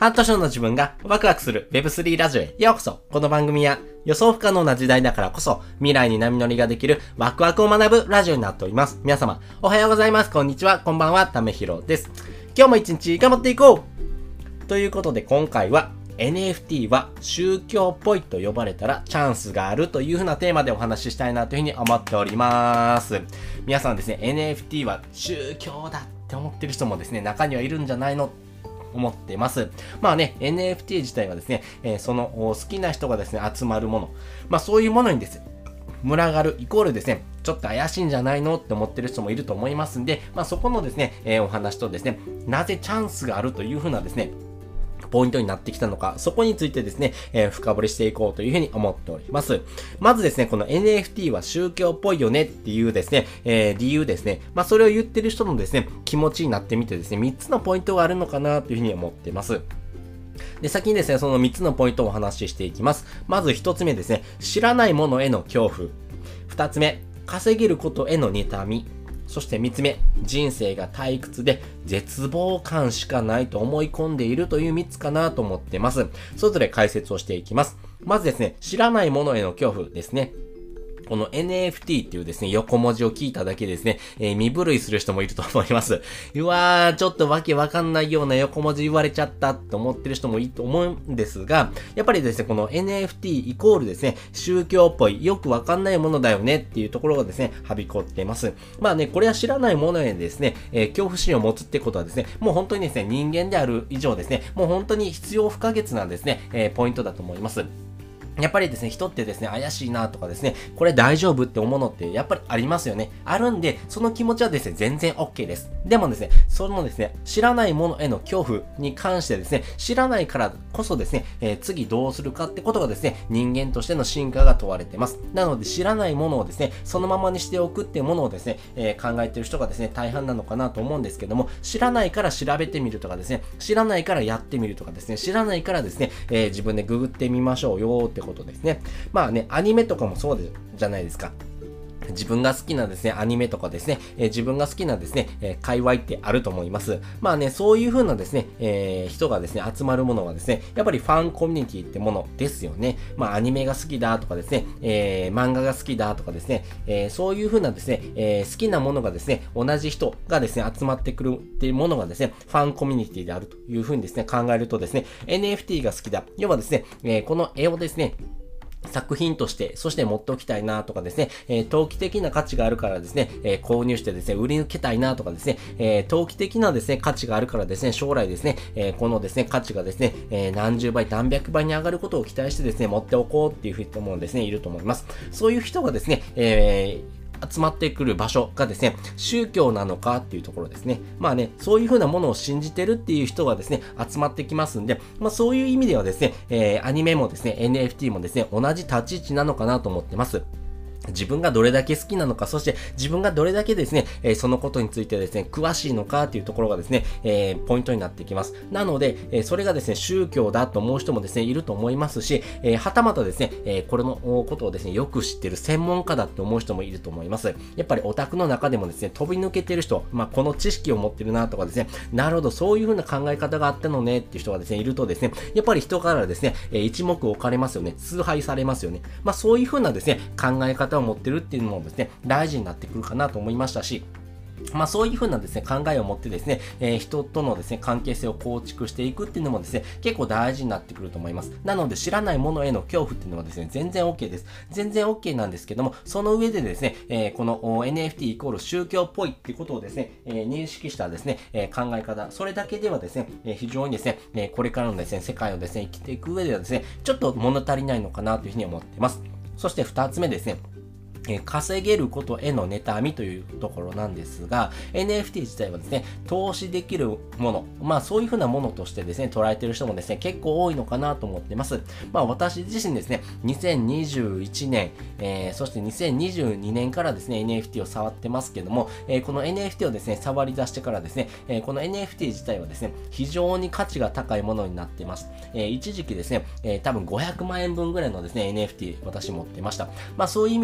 半年後の自分がワクワクする Web3 ラジオへようこそ。この番組は予想不可能な時代だからこそ未来に波乗りができるワクワクを学ぶラジオになっております。皆様おはようございます。こんにちは。こんばんは。ためひろです。今日も一日頑張っていこうということで今回はNFT は宗教っぽいと呼ばれたらチャンスがあるという風なテーマでお話ししたいなというふうに思っております。皆さんですね、NFT は宗教だって思ってる人もですね、中にはいるんじゃないの思ってます。まあね、NFT 自体はですね、その好きな人がですね、集まるもの。そういうものにですね、群がるイコールですね、ちょっと怪しいんじゃないのって思ってる人もいると思いますんで、そこのですね、お話とですね、なぜチャンスがあるという風なですね、ポイントになってきたのか、そこについてですね、深掘りしていこうというふうに思っております。まずですね、この NFT は宗教っぽいよねっていうですね、理由ですね。それを言ってる人のですね、気持ちになってみてですね、3つのポイントがあるのかなというふうに思っています。で、先にですね、その3つのポイントをお話ししていきます。まず1つ目ですね、知らないものへの恐怖。2つ目、稼げることへの妬み。そして3つ目、人生が退屈で絶望感しかないと思い込んでいるという3つかなと思ってます。それぞれ解説をしていきます。まずですね、知らないものへの恐怖ですね。この NFT っていうですね、横文字を聞いただけですね、身震いする人もいると思います。うわー、ちょっとわけわかんないような横文字言われちゃったって思ってる人もいると思うんですが、やっぱりですね、この NFT イコールですね、宗教っぽい、よくわかんないものだよねっていうところがですね、はびこっています。これは知らないものへですね、恐怖心を持つってことはですね、もう本当にですね、人間である以上ですね、もう本当に必要不可欠なですね、ポイントだと思います。やっぱりですね、人ってですね、怪しいなとかですね、これ大丈夫って思うのってやっぱりありますよね。あるんで、その気持ちはですね、全然 OK です。でもですね、そのですね、知らないものへの恐怖に関してですね、知らないからこそですね、次どうするかってことがですね、人間としての進化が問われています。なので、知らないものをですね、そのままにしておくっていうものをですね、考えている人がですね、大半なのかなと思うんですけども、知らないから調べてみるとかですね、知らないからやってみるとかですね、知らないからですね、自分でググってみましょうよってことですね。アニメとかもそうじゃないですか。自分が好きなですね、アニメとかですね、自分が好きなですね、界隈ってあると思います。そういう風なですね、人がですね、集まるものはですね、やっぱりファンコミュニティってものですよね。アニメが好きだとかですね、漫画が好きだとかですね、そういう風なですね、好きなものがですね、同じ人がですね、集まってくるっていうものがですね、ファンコミュニティであるという風にですね、考えるとですね、NFT が好きだ。要はですね、この絵をですね、作品として、そして持っておきたいなとかですね、投機的な価値があるからですね、購入してですね、売り抜けたいなとかですね、投機的なですね、価値があるからですね、将来ですね、このですね、価値がですね、何十倍、何百倍に上がることを期待してですね、持っておこうっていう人もですね、いると思います。そういう人がですね、集まってくる場所がですね、宗教なのかっていうところですね。そういう風なものを信じてるっていう人がですね、集まってきますんで、そういう意味ではですね、アニメもですね、NFT もですね、同じ立ち位置なのかなと思ってます。自分がどれだけ好きなのか、そして自分がどれだけですね、そのことについてですね、詳しいのかっていうところがですね、ポイントになってきます。なので、それがですね、宗教だと思う人もですね、いると思いますし、はたまたですね、これのことをですね、よく知ってる専門家だって思う人もいると思います。やっぱりオタクの中でもですね、飛び抜けてる人、この知識を持ってるなとかですね、なるほど、そういう風な考え方があったのねっていう人がですね、いるとですね、やっぱり人からですね、一目置かれますよね、崇拝されますよね。そういう風なですね、考え方を持ってるっていうのもですね、大事になってくるかなと思いましたし、そういう風なですね、考えを持ってですね、人とのですね、関係性を構築していくっていうのもですね、結構大事になってくると思います。なので、知らないものへの恐怖っていうのはですね、全然 OK です。全然 OK なんですけども、その上でですね、この NFT イコール宗教っぽいっていうことをですね、認識したですね、考え方、それだけではですね、非常にですね、これからのですね、世界をですね、生きていく上ではですね、ちょっと物足りないのかなというふうに思っています。そして2つ目ですね、稼げることへの妬みというところなんですが、NFT 自体はですね、投資できるもの、そういうふうなものとしてですね、捉えている人もですね、結構多いのかなと思っています。私自身ですね、2021年、そして2022年からですね、NFT を触ってますけども、この NFT をですね、触り出してからですね、この NFT 自体はですね、非常に価値が高いものになっています。一時期ですね、多分500万円分ぐらいのですね、NFT 私持ってました。そういう意味で言うとですね、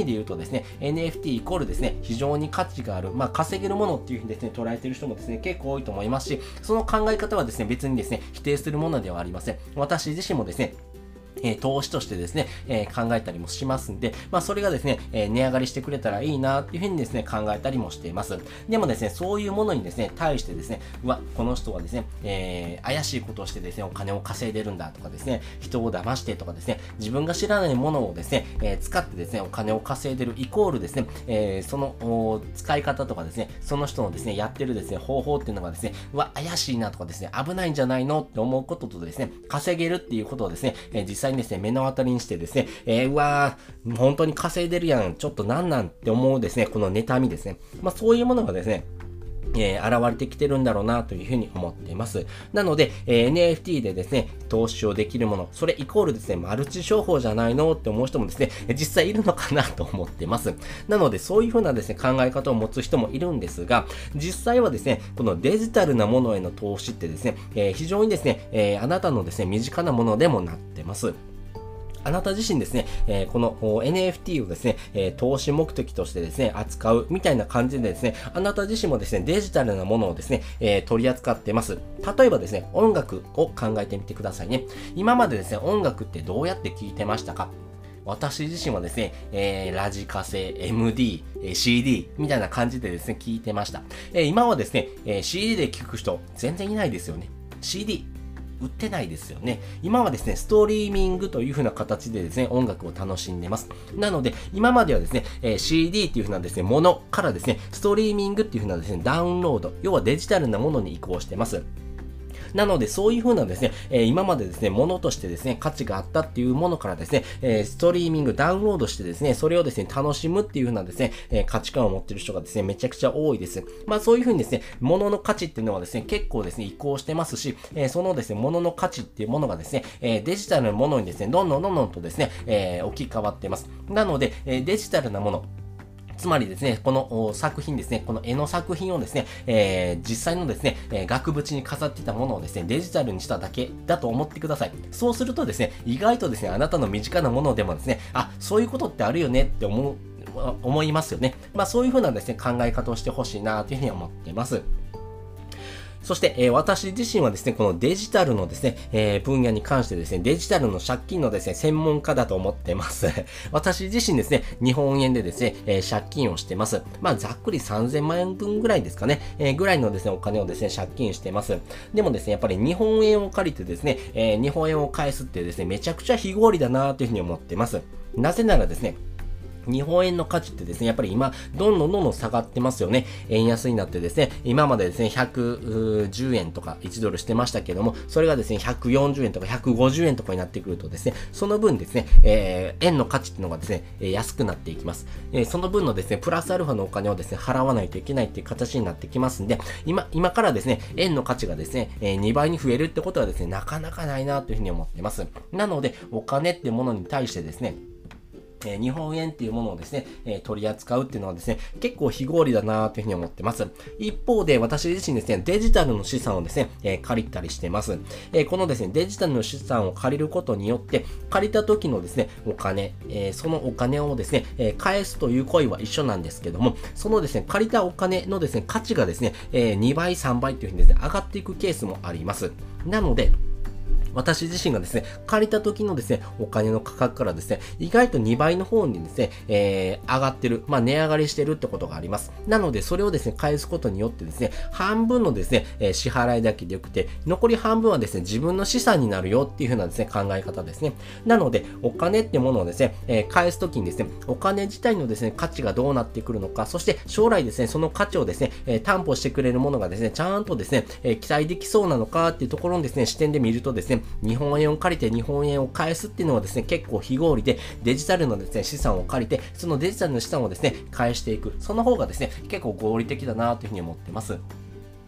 ですね、NFT イコールですね、非常に価値がある、稼げるものっていうふうにですね、捉えている人もですね、結構多いと思いますし、その考え方はですね、別にですね、否定するものではありません。私自身もですね、投資としてですね、考えたりもしますんで、それがですね、値上がりしてくれたらいいなっていうふうにですね、考えたりもしています。でもですね、そういうものにですね、対してですね、この人はですね、怪しいことをしてですね、お金を稼いでるんだとかですね、人を騙してとかですね、自分が知らないものをですね、使ってですね、お金を稼いでるイコールですね、その使い方とかですね、その人のですね、やってるですね、方法っていうのがですね、怪しいなとかですね、危ないんじゃないのって思うこととですね、稼げるっていうことをですね、実際にですね、目の当たりにしてですね、本当に稼いでるやん、ちょっとなんなんって思うですね、この妬みですね。そういうものがですね、現れてきてるんだろうなというふうに思っています。なので、NFT でですね、投資をできるもの、それイコールですね、マルチ商法じゃないのって思う人もですね、実際いるのかなと思っています。なので、そういうふうなですね、考え方を持つ人もいるんですが、実際はですね、このデジタルなものへの投資ってですね、非常にですね、あなたのですね、身近なものでもなってます。あなた自身ですね、この NFT をですね、投資目的としてですね、扱うみたいな感じでですね、あなた自身もですね、デジタルなものをですね、取り扱っています。例えばですね、音楽を考えてみてくださいね。今までですね、音楽ってどうやって聴いてましたか？私自身はですね、ラジカセ、MD、CD みたいな感じでですね、聞いてました。今はですね、CD で聴く人全然いないですよね。CD売ってないですよね。今はですね、ストリーミングという風な形でですね、音楽を楽しんでます。なので、今まではですね、CD っていう風なですね、ものからですね、ストリーミングっていう風なですね、ダウンロード、要はデジタルなものに移行してます。なので、そういう風なですね、今までですね、ものとしてですね、価値があったっていうものからですね、ストリーミング、ダウンロードしてですね、それをですね、楽しむっていう風なですね、価値観を持っている人がですね、めちゃくちゃ多いです。そういう風にですね、ものの価値っていうのはですね、結構ですね、移行してますし、そのですね、ものの価値っていうものがですね、デジタルなものにですね、どんどんとですね、置き換わっています。なので、デジタルなもの、つまりですね、この作品ですね、この絵の作品をですね、実際のですね、額縁に飾っていたものをですね、デジタルにしただけだと思ってください。そうするとですね、意外とですね、あなたの身近なものでもですね、そういうことってあるよねって思いますよね。そういうふうなですね、考え方をしてほしいなというふうに思っています。そして、私自身はですね、このデジタルのですね、分野に関してですね、デジタルの借金のですね、専門家だと思ってます。私自身ですね、日本円でですね、借金をしてます。ざっくり3000万円分ぐらいですかね、ぐらいのですね、お金をですね、借金してます。でもですね、やっぱり日本円を借りてですね、日本円を返すってですね、めちゃくちゃ非合理だなというふうに思ってます。なぜならですね、日本円の価値ってですね、やっぱり今、どんどん下がってますよね。円安になってですね、今までですね、110円とか1ドルしてましたけども、それがですね、140円とか150円とかになってくるとですね、その分ですね、円の価値っていうのがですね、安くなっていきます。その分のですね、プラスアルファのお金をですね、払わないといけないっていう形になってきますんで、今からですね、円の価値がですね、2倍に増えるってことはですね、なかなかないなというふうに思ってます。なので、お金っていうものに対してですね、日本円っていうものをですね、取り扱うっていうのはですね、結構非合理だなというふうに思ってます。一方で私自身ですね、デジタルの資産をですね、借りたりしてます。このですね、デジタルの資産を借りることによって、借りた時のですね、お金、そのお金をですね、返すという行為は一緒なんですけども、そのですね、借りたお金のですね、価値がですね、2倍、3倍というふうにですね、上がっていくケースもあります。なので、私自身がですね、借りた時のですね、お金の価格からですね、意外と2倍の方にですね、上がってる、値上がりしてるってことがあります。なので、それをですね、返すことによってですね、半分のですね、支払いだけでよくて、残り半分はですね、自分の資産になるよっていう風なですね、考え方ですね。なので、お金ってものをですね、返す時にですね、お金自体のですね、価値がどうなってくるのか、そして将来ですね、その価値をですね、担保してくれるものがですね、ちゃんとですね、期待できそうなのかっていうところのですね、視点で見るとですね、日本円を借りて日本円を返すっていうのはですね、結構非合理で、デジタルのですね、資産を借りて、そのデジタルの資産をですね、返していく。その方がですね、結構合理的だなというふうに思ってます。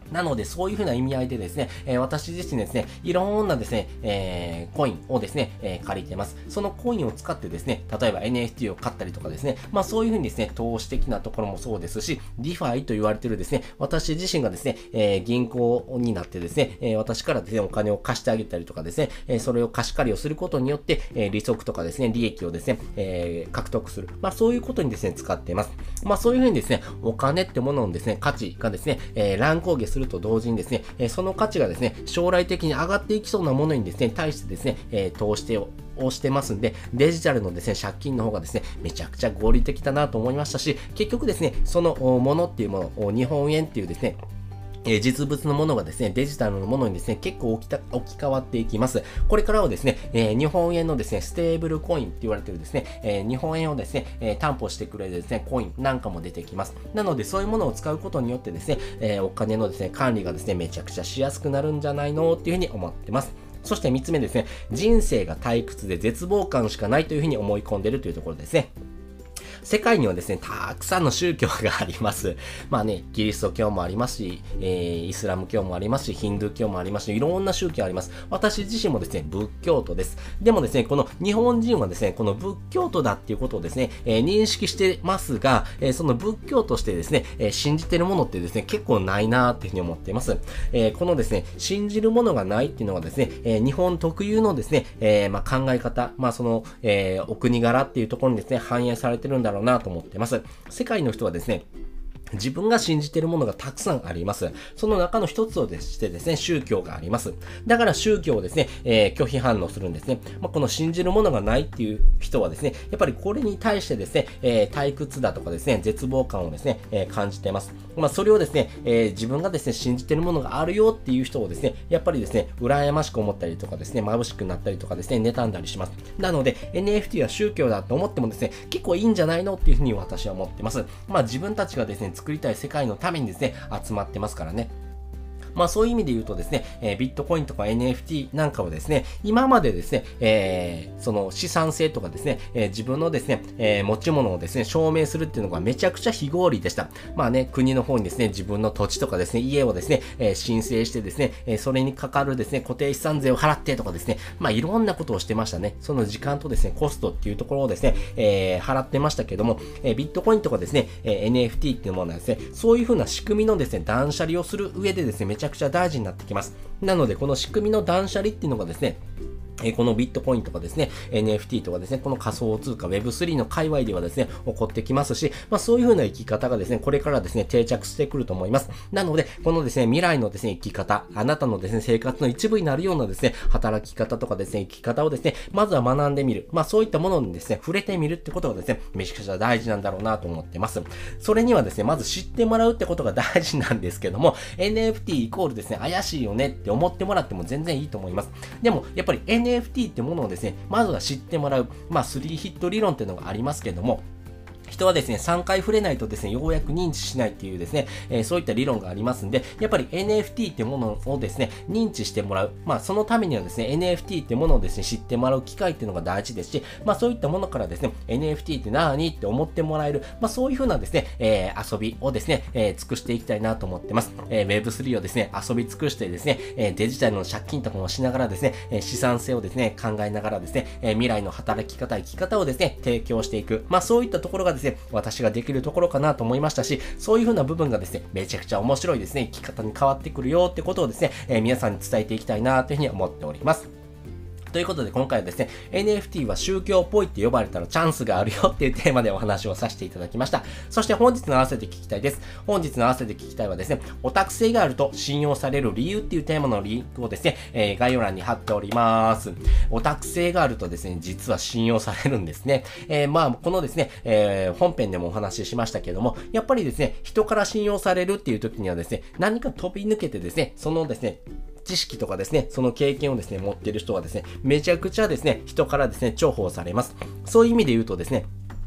なので、そういうふうな意味合いでですね、私自身ですね、いろんなですね、コインをですね、借りてます。そのコインを使ってですね、例えば NFT を買ったりとかですね、そういうふうにですね、投資的なところもそうですし、DeFi と言われているですね、私自身がですね、銀行になってですね、私からですね、お金を貸してあげたりとかですね、それを貸し借りをすることによって、利息とかですね、利益をですね、獲得する。そういうことにですね、使っています。そういうふうにですね、お金ってもののですね、価値がですね、乱高下すると同時にですね、その価値がですね、将来的に上がっていきそうなものにですね、対してですね、投資をしてますんで、デジタルのですね、借金の方がですね、めちゃくちゃ合理的だなと思いましたし、結局ですね、そのものっていうもの、日本円っていうですね、実物のものがですね、デジタルのものにですね、結構置き換わっていきます。これからはですね、日本円のですね、ステーブルコインって言われてるですね、日本円をですね、担保してくれるですね、コインなんかも出てきます。なので、そういうものを使うことによってですね、お金のですね、管理がですね、めちゃくちゃしやすくなるんじゃないのっていうふうに思ってます。そして3つ目ですね、人生が退屈で絶望感しかないというふうに思い込んでいるというところですね。世界にはですね、たくさんの宗教があります。キリスト教もありますし、イスラム教もありますし、ヒンドゥー教もありますし、いろんな宗教あります。私自身もですね、仏教徒です。でもですね、この日本人はですね、この仏教徒だっていうことをですね、認識してますが、その仏教としてですね、信じてるものってですね、結構ないなーっていうふうに思っています。このですね、信じるものがないっていうのはですね、日本特有のですね、考え方、お国柄っていうところにですね、反映されてるんだろうなと思ってます。世界の人はですね、自分が信じているものがたくさんあります。その中の一つをしてですね、宗教があります。だから宗教をですね、拒否反応するんですね。この信じるものがないっていう人はですね、やっぱりこれに対してですね、退屈だとかですね、絶望感をですね、感じています。それをですね、自分がですね、信じているものがあるよっていう人をですね、やっぱりですね、羨ましく思ったりとかですね、眩しくなったりとかですね、妬んだりします。なので、NFT は宗教だと思ってもですね、結構いいんじゃないのっていうふうに私は思ってます。自分たちがですね、作りたい世界のためにですね、集まってますからね。そういう意味で言うとですね、ビットコインとか NFT なんかはですね、今までですね、その資産性とかですね、自分のですね、持ち物をですね、証明するっていうのがめちゃくちゃ非合理でした。国の方にですね、自分の土地とかですね、家をですね、申請してですね、それにかかるですね、固定資産税を払ってとかですね、いろんなことをしてましたね。その時間とですね、コストっていうところをですね、払ってましたけども、ビットコインとかですね、NFT っていうものはですね、そういう風な仕組みのですね、断捨離をする上でですね、めちゃくちゃ大事になってきます。なので、この仕組みの断捨離っていうのがですね、このビットコインとかですね、NFT とかですね、この仮想通貨 Web3 の界隈ではですね、起こってきますし、そういう風な生き方がですね、これからですね、定着してくると思います。なので、このですね、未来のですね、生き方、あなたのですね、生活の一部になるようなですね、働き方とかですね、生き方をですね、まずは学んでみる。そういったものにですね、触れてみるってことがですね、めちゃくちゃ大事なんだろうなと思ってます。それにはですね、まず知ってもらうってことが大事なんですけども、NFT イコールですね、怪しいよねって思ってもらっても全然いいと思います。でも、やっぱり NFT ってものをですね、まずは知ってもらう、3ヒット理論っていうのがありますけども、人はですね、3回触れないとですね、ようやく認知しないっていうですね、そういった理論がありますんで、やっぱり NFT ってものをですね、認知してもらう。そのためにはですね、NFT ってものをですね、知ってもらう機会っていうのが大事ですし、そういったものからですね、NFT って何って思ってもらえる、そういう風なですね、遊びをですね、尽くしていきたいなと思ってます。Web3 をですね、遊び尽くしてですね、デジタルの借金とかもしながらですね、資産性をですね、考えながらですね、未来の働き方、生き方をですね、提供していく。そういったところがですね、私ができるところかなと思いましたし、そういう風な部分がですね、めちゃくちゃ面白いですね、生き方に変わってくるよってことをですね、皆さんに伝えていきたいなというふうに思っております。ということで今回はですね、NFT は宗教っぽいって呼ばれたらチャンスがあるよっていうテーマでお話をさせていただきました。そして本日の合わせて聞きたいです。本日の合わせて聞きたいはですね、オタク性があると信用される理由っていうテーマのリンクをですね、概要欄に貼っております。オタク性があるとですね、実は信用されるんですね。このですね、本編でもお話ししましたけども、やっぱりですね、人から信用されるっていう時にはですね、何か飛び抜けてですね、そのですね、知識とかですね、その経験をですね、持っている人はですね、めちゃくちゃですね、人からですね、重宝されます。そういう意味で言うとですね、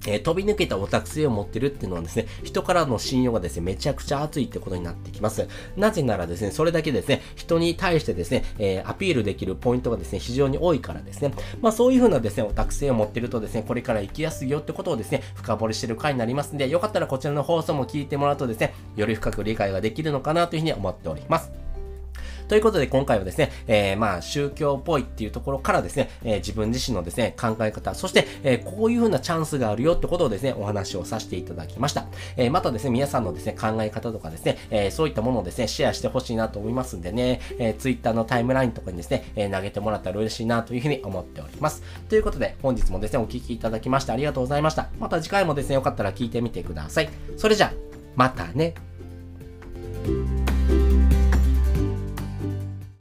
飛び抜けたオタク性を持ってるっていうのはですね、人からの信用がですね、めちゃくちゃ熱いってことになってきます。なぜならですね、それだけですね、人に対してですね、アピールできるポイントがですね、非常に多いからですね。そういう風なですね、オタク性を持ってるとですね、これから生きやすいよってことをですね、深掘りしてる回になりますんで、よかったらこちらの放送も聞いてもらうとですね、より深く理解ができるのかなというふうに思っております。ということで今回はですね、宗教っぽいっていうところからですね、自分自身のですね、考え方、そして、こういう風なチャンスがあるよってことをですね、お話をさせていただきました。またですね、皆さんのですね、考え方とかですね、そういったものをですね、シェアしてほしいなと思いますんでね、Twitter のタイムラインとかにですね、投げてもらったら嬉しいなというふうに思っております。ということで、本日もですね、お聞きいただきましてありがとうございました。また次回もですね、よかったら聞いてみてください。それじゃあ、またね。